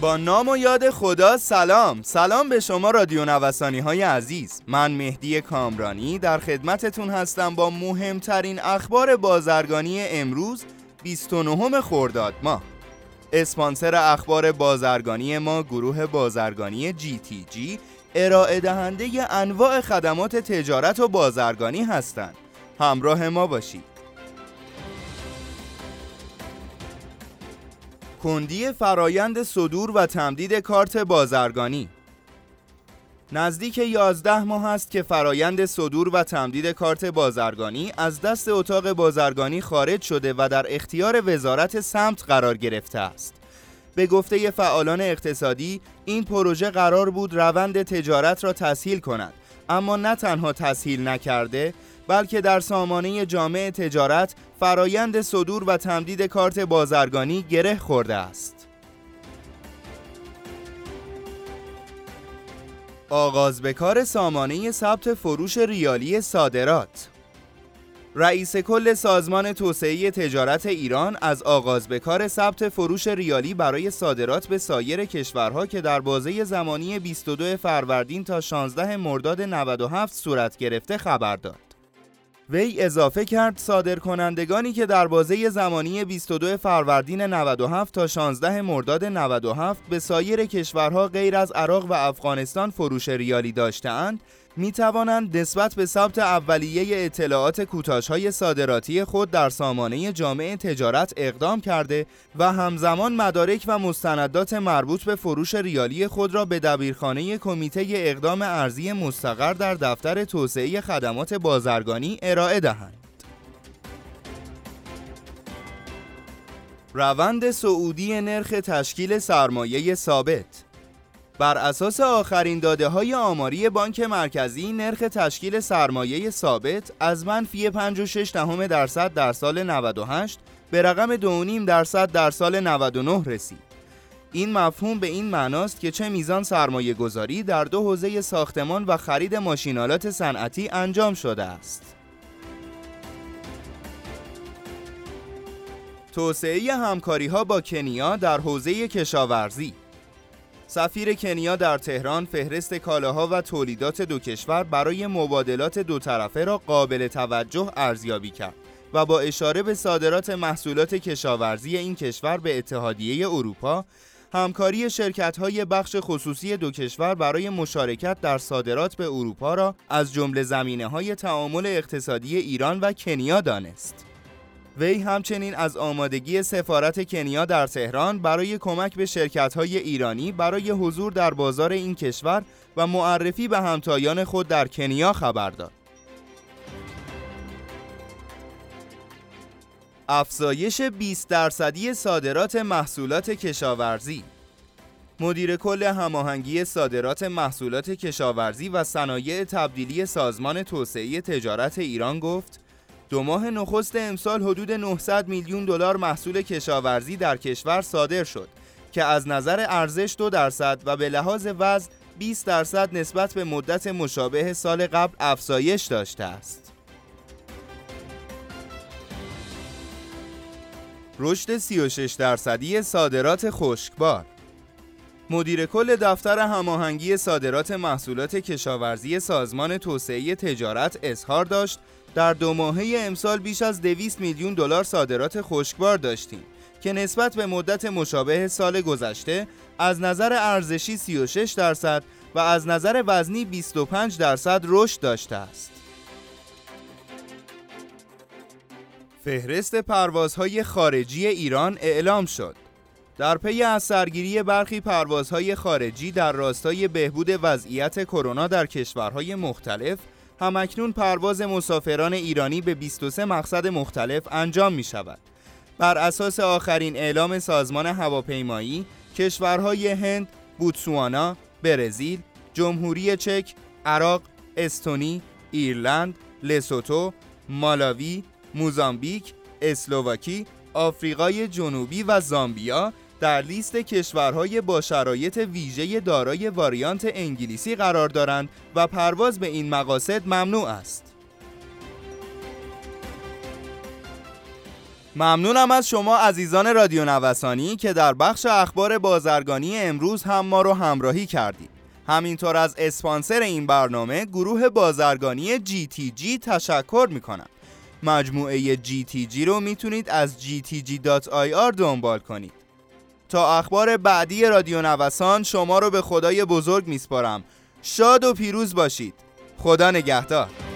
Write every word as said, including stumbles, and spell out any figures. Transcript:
با نام و یاد خدا سلام سلام به شما رادیو نوسانی های عزیز. من مهدی کامرانی در خدمتتون هستم با مهمترین اخبار بازرگانی امروز بیست و نهم خرداد ماه. اسپانسر اخبار بازرگانی ما گروه بازرگانی جی تی جی ارائه دهنده انواع خدمات تجارت و بازرگانی هستند. همراه ما باشید. کندی فرایند صدور و تمدید کارت بازرگانی. نزدیک یازده ماه است که فرایند صدور و تمدید کارت بازرگانی از دست اتاق بازرگانی خارج شده و در اختیار وزارت سمت قرار گرفته است. به گفته فعالان اقتصادی، این پروژه قرار بود روند تجارت را تسهیل کند، اما نه تنها تسهیل نکرده، بلکه در سامانه جامع تجارت فرایند صدور و تمدید کارت بازرگانی گره خورده است. آغاز به کار سامانه ثبت فروش ریالی صادرات. رئیس کل سازمان توسعه تجارت ایران از آغاز به کار ثبت فروش ریالی برای صادرات به سایر کشورها که در بازه زمانی بیست و دو فروردین تا شانزده مرداد نود و هفت صورت گرفته خبر داد. وی اضافه کرد صادرکنندگانی که در بازه زمانی بیست و دو فروردین نود و هفت تا شانزده مرداد نود و هفت به سایر کشورها غیر از عراق و افغانستان فروش ریالی داشته‌اند، می توانند نسبت به ثبت اولیه اطلاعات کوتاژهای صادراتی خود در سامانه جامع تجارت اقدام کرده و همزمان مدارک و مستندات مربوط به فروش ریالی خود را به دبیرخانه کمیته اقدام ارضی مستقر در دفتر توسعه خدمات بازرگانی ارائه دهند. روند صعودی نرخ تشکیل سرمایه ثابت. بر اساس آخرین داده‌های آماری بانک مرکزی، نرخ تشکیل سرمایه ثابت از منفی پنج و شش دهم درصد در سال نود و هشت به رقم دو و نیم درصد در سال نود و نه رسید. این مفهوم به این معناست که چه میزان سرمایه گذاری در دو حوزه ساختمان و خرید ماشین‌آلات صنعتی انجام شده است. توسعه همکاری‌ها با کنیا در حوزه کشاورزی. سفیر کنیا در تهران فهرست کالاها و تولیدات دو کشور برای مبادلات دو طرفه را قابل توجه ارزیابی کرد و با اشاره به صادرات محصولات کشاورزی این کشور به اتحادیه اروپا، همکاری شرکت‌های بخش خصوصی دو کشور برای مشارکت در صادرات به اروپا را از جمله زمینه‌های تعامل اقتصادی ایران و کنیا دانست. وی همچنین از آمادگی سفارت کنیا در تهران برای کمک به شرکت‌های ایرانی برای حضور در بازار این کشور و معرفی به همتایان خود در کنیا خبر داد. افزایش بیست درصدی صادرات محصولات کشاورزی. مدیر کل هماهنگی صادرات محصولات کشاورزی و صنایع تبدیلی سازمان توسعه تجارت ایران گفت: دو ماه نخست امسال حدود نهصد میلیون دلار محصول کشاورزی در کشور صادر شد که از نظر ارزش دو درصد و به لحاظ وزن بیست درصد نسبت به مدت مشابه سال قبل افزایش داشته است. رشد سی و شش درصدی صادرات خشکبار. مدیر کل دفتر هماهنگی صادرات محصولات کشاورزی سازمان توسعه تجارت اظهار داشت در دو ماهه امسال بیش از دویست میلیون دلار صادرات خشکبار داشتیم که نسبت به مدت مشابه سال گذشته از نظر ارزشی سی و شش درصد و از نظر وزنی بیست و پنج درصد رشد داشته است. فهرست پروازهای خارجی ایران اعلام شد. در پی از سرگیری برخی پروازهای خارجی در راستای بهبود وضعیت کرونا در کشورهای مختلف، همکنون پرواز مسافران ایرانی به بیست و سه مقصد مختلف انجام می شود. بر اساس آخرین اعلام سازمان هواپیمایی، کشورهای هند، بوتسوانا، برزیل، جمهوری چک، عراق، استونی، ایرلند، لسوتو، مالاوی، موزامبیک، اسلواکی، آفریقای جنوبی و زامبیا در لیست کشورهای با شرایط ویژه دارای واریانت انگلیسی قرار دارند و پرواز به این مقاصد ممنوع است. ممنونم از شما عزیزان رادیو نوسانی که در بخش اخبار بازرگانی امروز هم ما رو همراهی کردید. همینطور از اسپانسر این برنامه گروه بازرگانی جی تی جی تشکر میکنم. مجموعه جی تی جی رو میتونید از جی تی جی دات آی آر دنبال کنید. تا اخبار بعدی رادیو نوسان شما رو به خدای بزرگ میسپارم. شاد و پیروز باشید. خدا نگهدار.